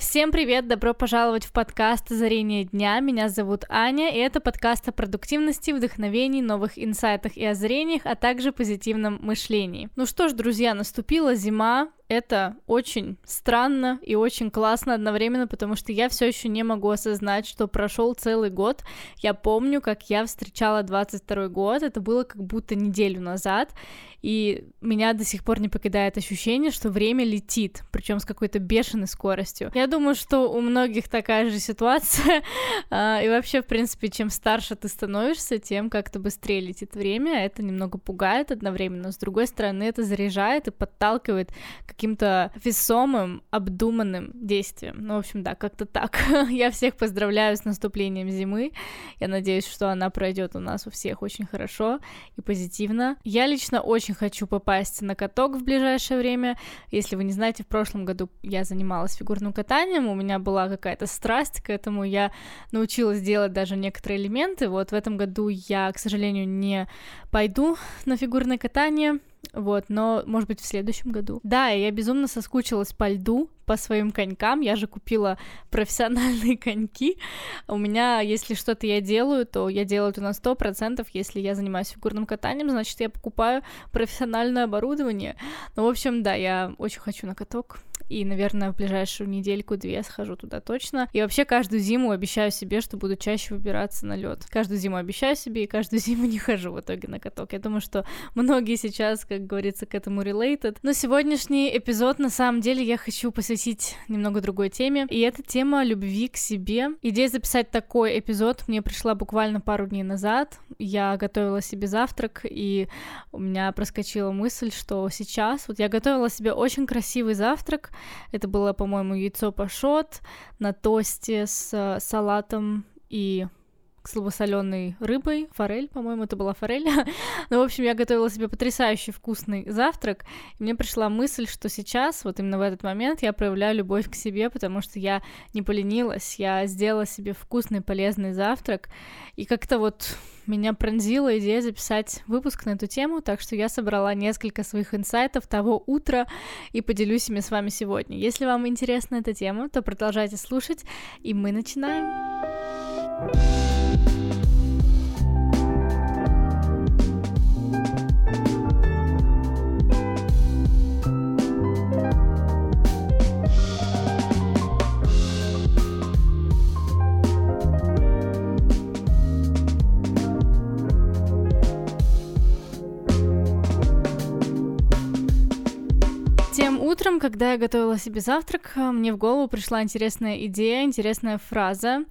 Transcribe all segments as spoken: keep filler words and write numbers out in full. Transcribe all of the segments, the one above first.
Всем привет, добро пожаловать в подкаст «Озарение дня». Меня зовут Аня, и это подкаст о продуктивности, вдохновении, новых инсайтах и озарениях, а также позитивном мышлении. Ну что ж, друзья, наступила зима. Это очень странно и очень классно одновременно, потому что я все еще не могу осознать, что прошел целый год. Я помню, как я встречала двадцать второй год, это было как будто неделю назад, и меня до сих пор не покидает ощущение, что время летит, причем с какой-то бешеной скоростью. Я думаю, что у многих такая же ситуация, и вообще, в принципе, чем старше ты становишься, тем как-то быстрее летит время, это немного пугает одновременно, с другой стороны, это заряжает и подталкивает к каким-то весомым, обдуманным действием. Ну, в общем, да, как-то так. Я всех поздравляю с наступлением зимы. Я надеюсь, что она пройдет у нас у всех очень хорошо и позитивно. Я лично очень хочу попасть на каток в ближайшее время. Если вы не знаете, в прошлом году я занималась фигурным катанием, у меня была какая-то страсть к этому, я научилась делать даже некоторые элементы. Вот в этом году я, к сожалению, не пойду на фигурное катание, вот, но, может быть, в следующем году. Да, я безумно соскучилась по льду, по своим конькам, я же купила профессиональные коньки. У меня, если что-то я делаю, то я делаю это на сто процентов, если я занимаюсь фигурным катанием, значит, я покупаю профессиональное оборудование. Ну, в общем, да, я очень хочу на каток, и, наверное, в ближайшую недельку-две схожу туда точно. И вообще каждую зиму обещаю себе, что буду чаще выбираться на лед. Каждую зиму обещаю себе, и каждую зиму не хожу в итоге на каток. Я думаю, что многие сейчас, как говорится, к этому related. Но сегодняшний эпизод, на самом деле, я хочу посвятить немного другой теме, и это тема любви к себе. Идея записать такой эпизод мне пришла буквально пару дней назад. Я готовила себе завтрак, и у меня проскочила мысль, что сейчас... Вот я готовила себе очень красивый завтрак. Это было, по-моему, яйцо пашот на тосте с салатом и слабосоленой рыбой, форель, по-моему, это была форель. Ну, в общем, я готовила себе потрясающий вкусный завтрак, и мне пришла мысль, что сейчас, вот именно в этот момент, я проявляю любовь к себе, потому что я не поленилась, я сделала себе вкусный, полезный завтрак, и как-то вот меня пронзила идея записать выпуск на эту тему, так что я собрала несколько своих инсайтов того утра и поделюсь ими с вами сегодня. Если вам интересна эта тема, то продолжайте слушать, и мы начинаем. Тем утром, когда я готовила себе завтрак, мне в голову пришла интересная идея, интересная фраза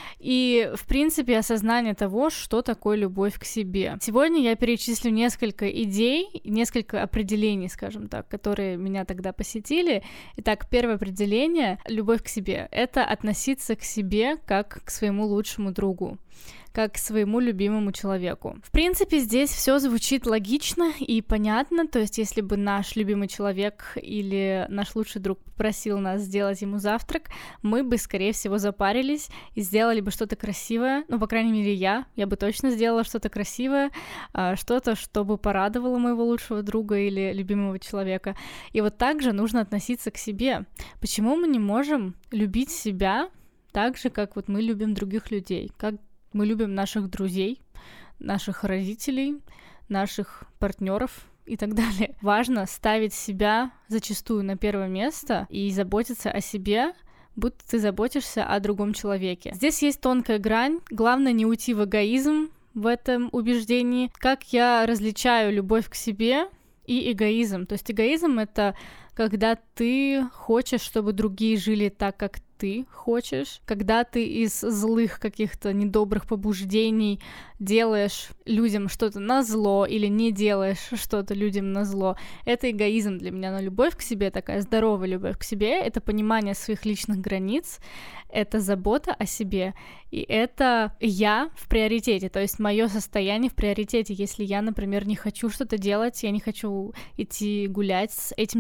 и, в принципе, осознание того, что такое любовь к себе. Сегодня я перечислю несколько идей, несколько определений, скажем так, которые меня тогда посетили. Итак, первое определение — любовь к себе — это относиться к себе как к своему лучшему другу, как к своему любимому человеку. В принципе, здесь все звучит логично и понятно, то есть если бы наш любимый человек или наш лучший друг попросил нас сделать ему завтрак, мы бы, скорее всего, запарились и сделали бы что-то красивое, ну, по крайней мере, я, я бы точно сделала что-то красивое, что-то, чтобы порадовало моего лучшего друга или любимого человека. И вот так же нужно относиться к себе. Почему мы не можем любить себя так же, как вот мы любим других людей, как мы любим наших друзей, наших родителей, наших партнеров и так далее. Важно ставить себя зачастую на первое место и заботиться о себе, будто ты заботишься о другом человеке. Здесь есть тонкая грань. Главное не уйти в эгоизм в этом убеждении. Как я различаю любовь к себе и эгоизм? То есть эгоизм — это когда ты хочешь, чтобы другие жили так, как ты хочешь, когда ты из злых каких-то недобрых побуждений делаешь людям что-то назло или не делаешь что-то людям назло. Это эгоизм для меня, но любовь к себе, такая здоровая любовь к себе, это понимание своих личных границ, это забота о себе, и это я в приоритете, то есть мое состояние в приоритете. Если я, например, не хочу что-то делать, я не хочу идти гулять с этим человеком,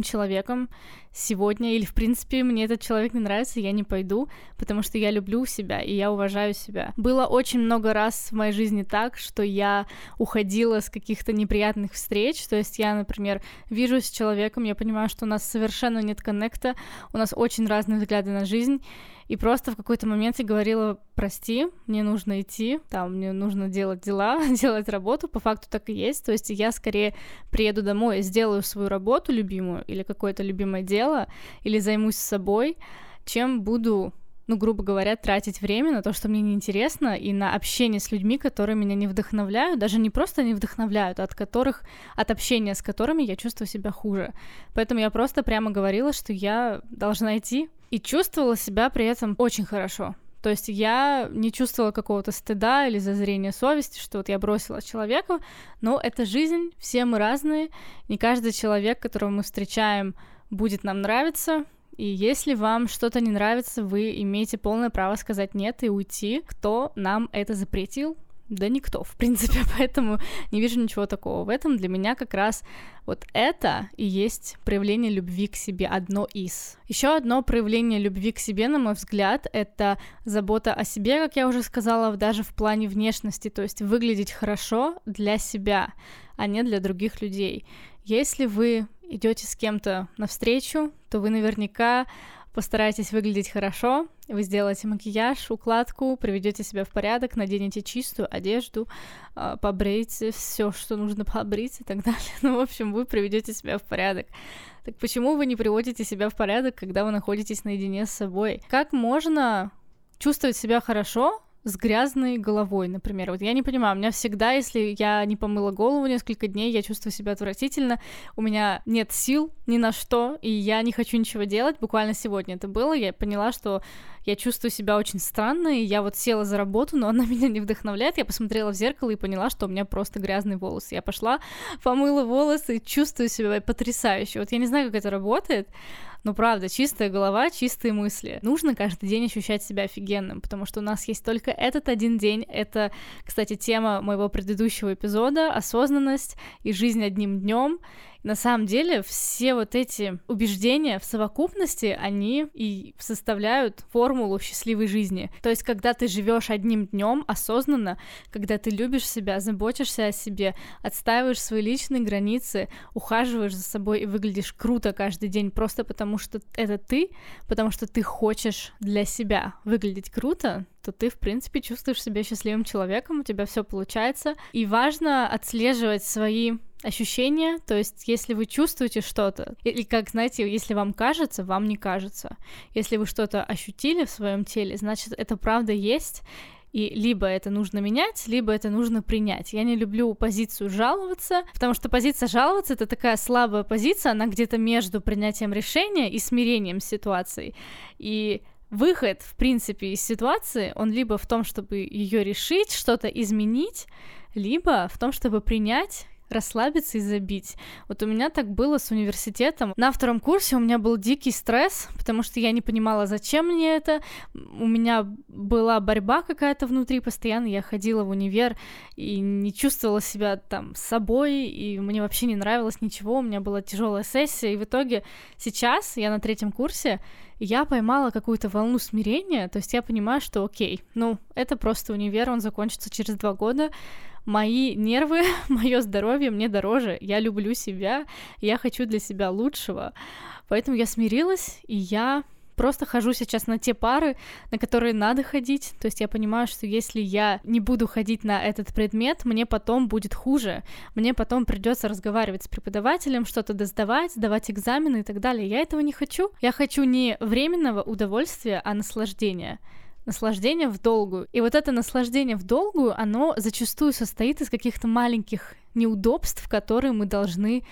человеком сегодня, или, в принципе, мне этот человек не нравится, я не пойду, потому что я люблю себя, и я уважаю себя. Было очень много раз в моей жизни так, что я уходила с каких-то неприятных встреч, то есть я, например, вижусь с человеком, я понимаю, что у нас совершенно нет коннекта, у нас очень разные взгляды на жизнь, и просто в какой-то момент я говорила: прости, мне нужно идти, там, мне нужно делать дела, делать работу, по факту так и есть, то есть я скорее приеду домой, сделаю свою работу любимую или какое-то любимое дело, или займусь собой, чем буду, ну, грубо говоря, тратить время на то, что мне неинтересно, и на общение с людьми, которые меня не вдохновляют, даже не просто не вдохновляют, а от которых, от общения с которыми я чувствую себя хуже. Поэтому я просто прямо говорила, что я должна идти, и чувствовала себя при этом очень хорошо. То есть я не чувствовала какого-то стыда или зазрения совести, что вот я бросила человека, но это жизнь, все мы разные, не каждый человек, которого мы встречаем, будет нам нравиться, и если вам что-то не нравится, вы имеете полное право сказать «нет» и уйти. Кто нам это запретил? Да никто, в принципе, поэтому не вижу ничего такого в этом. Для меня как раз вот это и есть проявление любви к себе, одно из. Еще одно проявление любви к себе, на мой взгляд, это забота о себе, как я уже сказала, даже в плане внешности, то есть выглядеть хорошо для себя, а не для других людей. Если вы идете с кем-то навстречу, то вы наверняка постарайтесь выглядеть хорошо, вы сделаете макияж, укладку, приведете себя в порядок, наденете чистую одежду, побрейте все, что нужно побрить и так далее. Ну, в общем, вы приведете себя в порядок. Так почему вы не приводите себя в порядок, когда вы находитесь наедине с собой? Как можно чувствовать себя хорошо с грязной головой, например? Вот я не понимаю, у меня всегда, если я не помыла голову несколько дней, я чувствую себя отвратительно, у меня нет сил ни на что, и я не хочу ничего делать. Буквально сегодня это было, я поняла, что я чувствую себя очень странно, и я вот села за работу, но она меня не вдохновляет. Я посмотрела в зеркало и поняла, что у меня просто грязные волосы. Я пошла, помыла волосы, чувствую себя потрясающе. Вот я не знаю, как это работает, но правда, чистая голова, чистые мысли. Нужно каждый день ощущать себя офигенным, потому что у нас есть только этот один день. Это, кстати, тема моего предыдущего эпизода — осознанность и жизнь одним днем. На самом деле все вот эти убеждения в совокупности, они и составляют формулу счастливой жизни. То есть, когда ты живешь одним днем осознанно, когда ты любишь себя, заботишься о себе, отстаиваешь свои личные границы, ухаживаешь за собой и выглядишь круто каждый день просто потому, что это ты, потому что ты хочешь для себя выглядеть круто, то ты, в принципе, чувствуешь себя счастливым человеком, у тебя все получается. И важно отслеживать свои ощущения, то есть если вы чувствуете что-то, или, как, знаете, если вам кажется, вам не кажется. Если вы что-то ощутили в своем теле, значит, это правда есть, и либо это нужно менять, либо это нужно принять. Я не люблю позицию жаловаться, потому что позиция жаловаться — это такая слабая позиция, она где-то между принятием решения и смирением с ситуацией. И выход, в принципе, из ситуации, он либо в том, чтобы ее решить, что-то изменить, либо в том, чтобы принять, расслабиться и забить. Вот у меня так было с университетом. На втором курсе у меня был дикий стресс, потому что я не понимала, зачем мне это. У меня была борьба какая-то внутри постоянно. Я ходила в универ и не чувствовала себя там собой, и мне вообще не нравилось ничего. У меня была тяжелая сессия, и в итоге сейчас я на третьем курсе, я поймала какую-то волну смирения, то есть я понимаю, что окей, ну, это просто универ, он закончится через два года, мои нервы, мое здоровье мне дороже, я люблю себя, я хочу для себя лучшего, поэтому я смирилась, и я просто хожу сейчас на те пары, на которые надо ходить, то есть я понимаю, что если я не буду ходить на этот предмет, мне потом будет хуже, мне потом придется разговаривать с преподавателем, что-то досдавать, сдавать экзамены и так далее. Я этого не хочу. Я хочу не временного удовольствия, а наслаждения. Наслаждение в долгую. И вот это наслаждение в долгую, оно зачастую состоит из каких-то маленьких неудобств, которые мы должны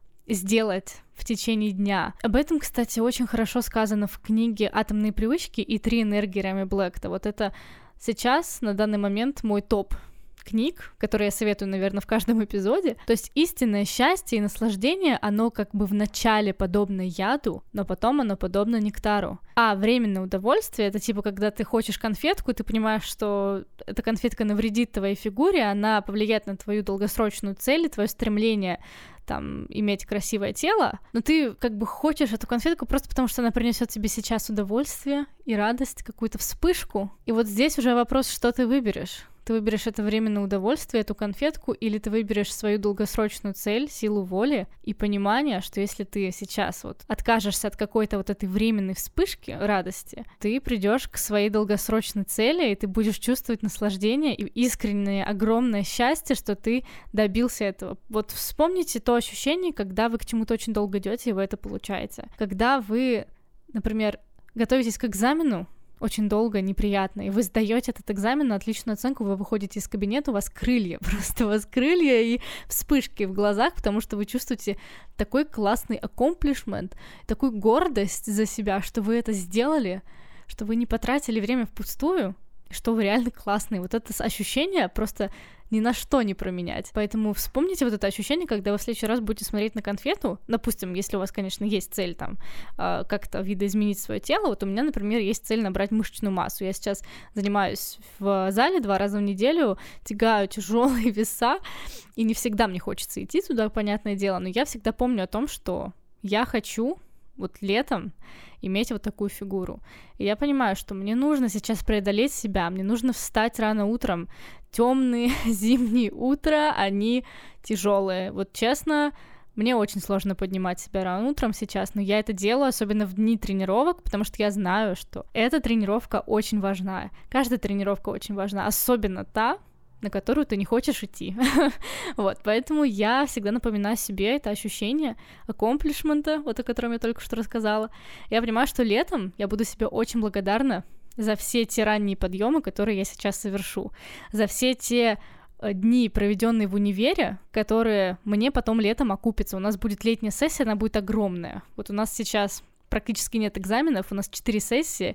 сделать в течение дня. Об этом, кстати, очень хорошо сказано в книге «Атомные привычки» и «Три энергии» Рами Блэкта. Вот это сейчас, на данный момент, мой топ книг, которые я советую, наверное, в каждом эпизоде. То есть истинное счастье и наслаждение, оно как бы в начале подобно яду, но потом оно подобно нектару. А временное удовольствие — это типа, когда ты хочешь конфетку, и ты понимаешь, что эта конфетка навредит твоей фигуре, она повлияет на твою долгосрочную цель и твое стремление там иметь красивое тело, но ты как бы хочешь эту конфетку просто потому, что она принесет тебе сейчас удовольствие и радость, какую-то вспышку. И вот здесь уже вопрос, что ты выберешь. Ты выберешь это временное удовольствие, эту конфетку, или ты выберешь свою долгосрочную цель, силу воли и понимание, что если ты сейчас вот откажешься от какой-то вот этой временной вспышки радости, ты придешь к своей долгосрочной цели, и ты будешь чувствовать наслаждение и искреннее огромное счастье, что ты добился этого. Вот вспомните то ощущение, когда вы к чему-то очень долго идете, и вы это получаете. Когда вы, например, готовитесь к экзамену, очень долго, неприятно, и вы сдаете этот экзамен на отличную оценку, вы выходите из кабинета, у вас крылья, просто у вас крылья и вспышки в глазах, потому что вы чувствуете такой классный accomplishment, такую гордость за себя, что вы это сделали, что вы не потратили время впустую, что вы реально классные. Вот это ощущение просто ни на что не променять. Поэтому вспомните вот это ощущение, когда вы в следующий раз будете смотреть на конфету. Допустим, если у вас, конечно, есть цель там как-то видоизменить свое тело. Вот у меня, например, есть цель набрать мышечную массу. Я сейчас занимаюсь в зале два раза в неделю, тягаю тяжелые веса, и не всегда мне хочется идти туда, понятное дело, но я всегда помню о том, что я хочу вот летом иметь вот такую фигуру. И я понимаю, что мне нужно сейчас преодолеть себя, мне нужно встать рано утром. Темные зимние утра, они тяжелые. Вот честно, мне очень сложно поднимать себя рано утром сейчас, но я это делаю, особенно в дни тренировок, потому что я знаю, что эта тренировка очень важна. Каждая тренировка очень важна, особенно та, на которую ты не хочешь идти. Вот, поэтому я всегда напоминаю себе это ощущение аккомплишмента, вот о котором я только что рассказала. Я понимаю, что летом я буду себе очень благодарна за все те ранние подъемы, которые я сейчас совершу, за все те дни, проведенные в универе, которые мне потом летом окупятся. У нас будет летняя сессия, она будет огромная. Вот у нас сейчас практически нет экзаменов, у нас четыре сессии,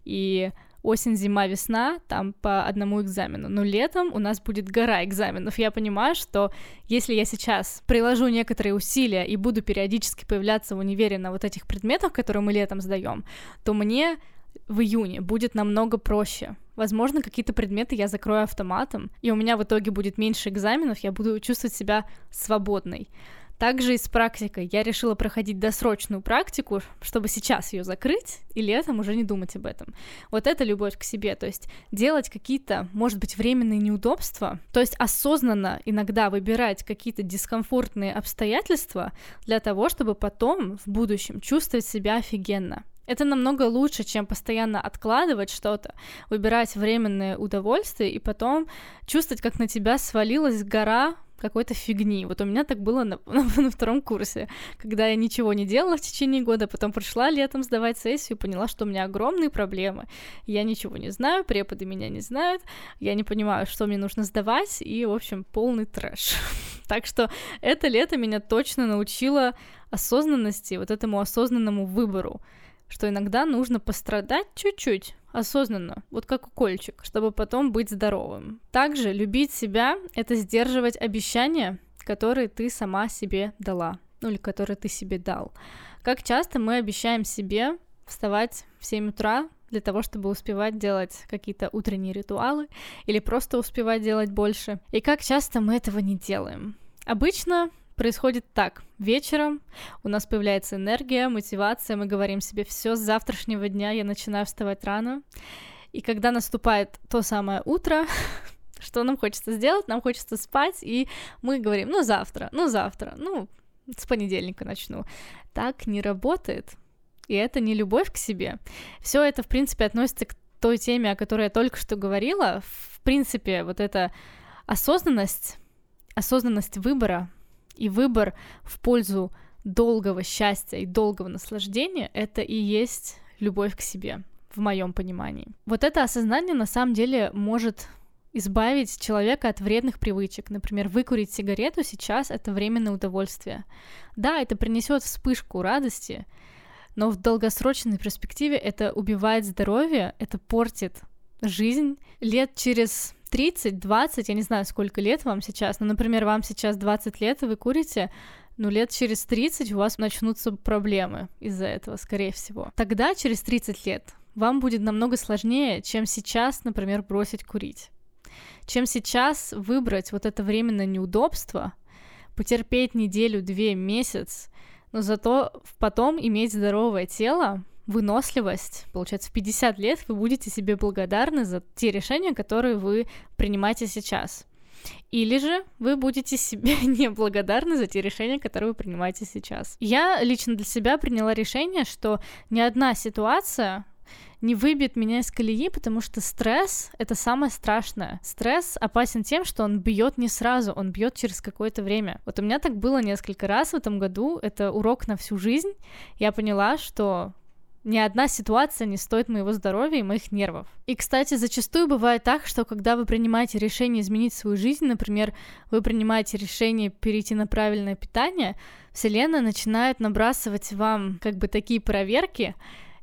и осень, зима, весна, там по одному экзамену. Но летом у нас будет гора экзаменов. Я понимаю, что если я сейчас приложу некоторые усилия и буду периодически появляться в универе на вот этих предметах, которые мы летом сдаем, то мне в июне будет намного проще. Возможно, какие-то предметы я закрою автоматом, и у меня в итоге будет меньше экзаменов, я буду чувствовать себя свободной. Также и с практикой. Я решила проходить досрочную практику, чтобы сейчас ее закрыть, и летом уже не думать об этом. Вот это любовь к себе, то есть делать какие-то, может быть, временные неудобства, то есть осознанно иногда выбирать какие-то дискомфортные обстоятельства для того, чтобы потом в будущем чувствовать себя офигенно. Это намного лучше, чем постоянно откладывать что-то, выбирать временное удовольствие и потом чувствовать, как на тебя свалилась гора какой-то фигни. Вот у меня так было на, на, на втором курсе, когда я ничего не делала в течение года, потом пришла летом сдавать сессию, поняла, что у меня огромные проблемы. Я ничего не знаю, преподы меня не знают, я не понимаю, что мне нужно сдавать, и, в общем, полный трэш. Так что это лето меня точно научило осознанности, вот этому осознанному выбору, что иногда нужно пострадать чуть-чуть, осознанно, вот как укольчик, чтобы потом быть здоровым. Также любить себя — это сдерживать обещания, которые ты сама себе дала, ну или которые ты себе дал. Как часто мы обещаем себе вставать в семь утра для того, чтобы успевать делать какие-то утренние ритуалы или просто успевать делать больше, и как часто мы этого не делаем. Обычно происходит так. Вечером у нас появляется энергия, мотивация, мы говорим себе: все, с завтрашнего дня я начинаю вставать рано. И когда наступает то самое утро, что нам хочется сделать? Нам хочется спать, и мы говорим: ну завтра, ну завтра, ну с понедельника начну. Так не работает. И это не любовь к себе. Все это, в принципе, относится к той теме, о которой я только что говорила. В принципе, вот эта осознанность, осознанность выбора, и выбор в пользу долгого счастья и долгого наслаждения — это и есть любовь к себе, в моем понимании. Вот это осознание на самом деле может избавить человека от вредных привычек. Например, выкурить сигарету сейчас — это временное удовольствие. Да, это принесет вспышку радости, но в долгосрочной перспективе это убивает здоровье, это портит жизнь. Лет через тридцать, двадцать, я не знаю, сколько лет вам сейчас, но, например, вам сейчас двадцать лет, и вы курите, ну, лет через тридцать у вас начнутся проблемы из-за этого, скорее всего. Тогда, через тридцать лет, вам будет намного сложнее, чем сейчас, например, бросить курить. Чем сейчас выбрать вот это временное неудобство, потерпеть неделю, две, месяц, но зато потом иметь здоровое тело, выносливость. Получается, в пятьдесят лет вы будете себе благодарны за те решения, которые вы принимаете сейчас. Или же вы будете себе неблагодарны за те решения, которые вы принимаете сейчас. Я лично для себя приняла решение, что ни одна ситуация не выбьет меня из колеи, потому что стресс — это самое страшное. Стресс опасен тем, что он бьет не сразу, он бьет через какое-то время. Вот у меня так было несколько раз в этом году, это урок на всю жизнь. Я поняла, что ни одна ситуация не стоит моего здоровья и моих нервов. И, кстати, зачастую бывает так, что когда вы принимаете решение изменить свою жизнь, например, вы принимаете решение перейти на правильное питание, Вселенная начинает набрасывать вам как бы такие проверки,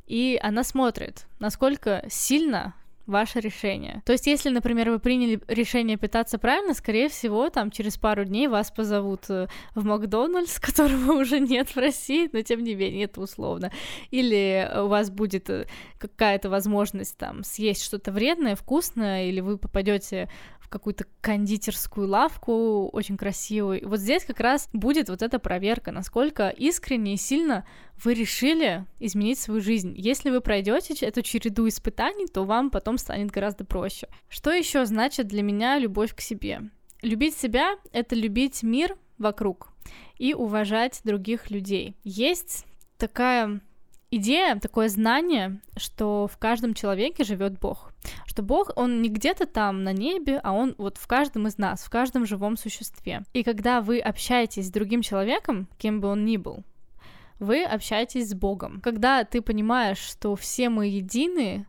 и она смотрит, насколько сильно ваше решение. То есть, если, например, вы приняли решение питаться правильно, скорее всего, там через пару дней вас позовут в Макдональдс, которого уже нет в России, но тем не менее, это условно. Или у вас будет какая-то возможность там съесть что-то вредное, вкусное, или вы попадете в какую-то кондитерскую лавку очень красивую. Вот здесь как раз будет вот эта проверка, насколько искренне и сильно вы решили изменить свою жизнь. Если вы пройдете эту череду испытаний, то вам потом станет гораздо проще. Что еще значит для меня любовь к себе? Любить себя — это любить мир вокруг и уважать других людей. Есть такая идея, такое знание, что в каждом человеке живет Бог. Что Бог, он не где-то там на небе, а он вот в каждом из нас, в каждом живом существе. И когда вы общаетесь с другим человеком, кем бы он ни был, вы общаетесь с Богом. Когда ты понимаешь, что все мы едины,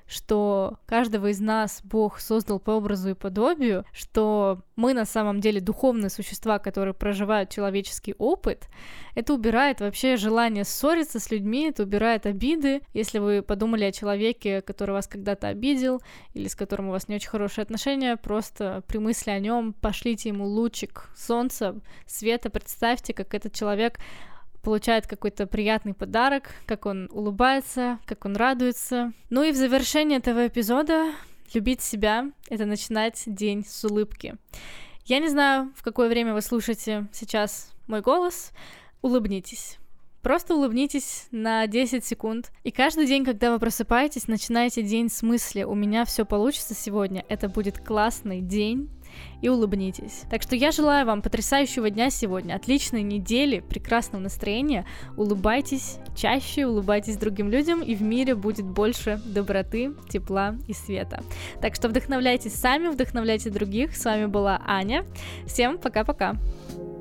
что каждого из нас Бог создал по образу и подобию, что мы на самом деле духовные существа, которые проживают человеческий опыт, это убирает вообще желание ссориться с людьми, это убирает обиды. Если вы подумали о человеке, который вас когда-то обидел, или с которым у вас не очень хорошие отношения, просто при мысли о нем пошлите ему лучик солнца, света, представьте, как этот человек получает какой-то приятный подарок, как он улыбается, как он радуется. Ну и в завершение этого эпизода любить себя — это начинать день с улыбки. Я не знаю, в какое время вы слушаете сейчас мой голос. Улыбнитесь. Просто улыбнитесь на десять секунд. И каждый день, когда вы просыпаетесь, начинайте день с мысли: «У меня все получится сегодня, это будет классный день». И улыбнитесь. Так что я желаю вам потрясающего дня сегодня, отличной недели, прекрасного настроения. Улыбайтесь чаще, улыбайтесь другим людям, и в мире будет больше доброты, тепла и света. Так что вдохновляйтесь сами, вдохновляйте других. С вами была Аня. Всем пока-пока.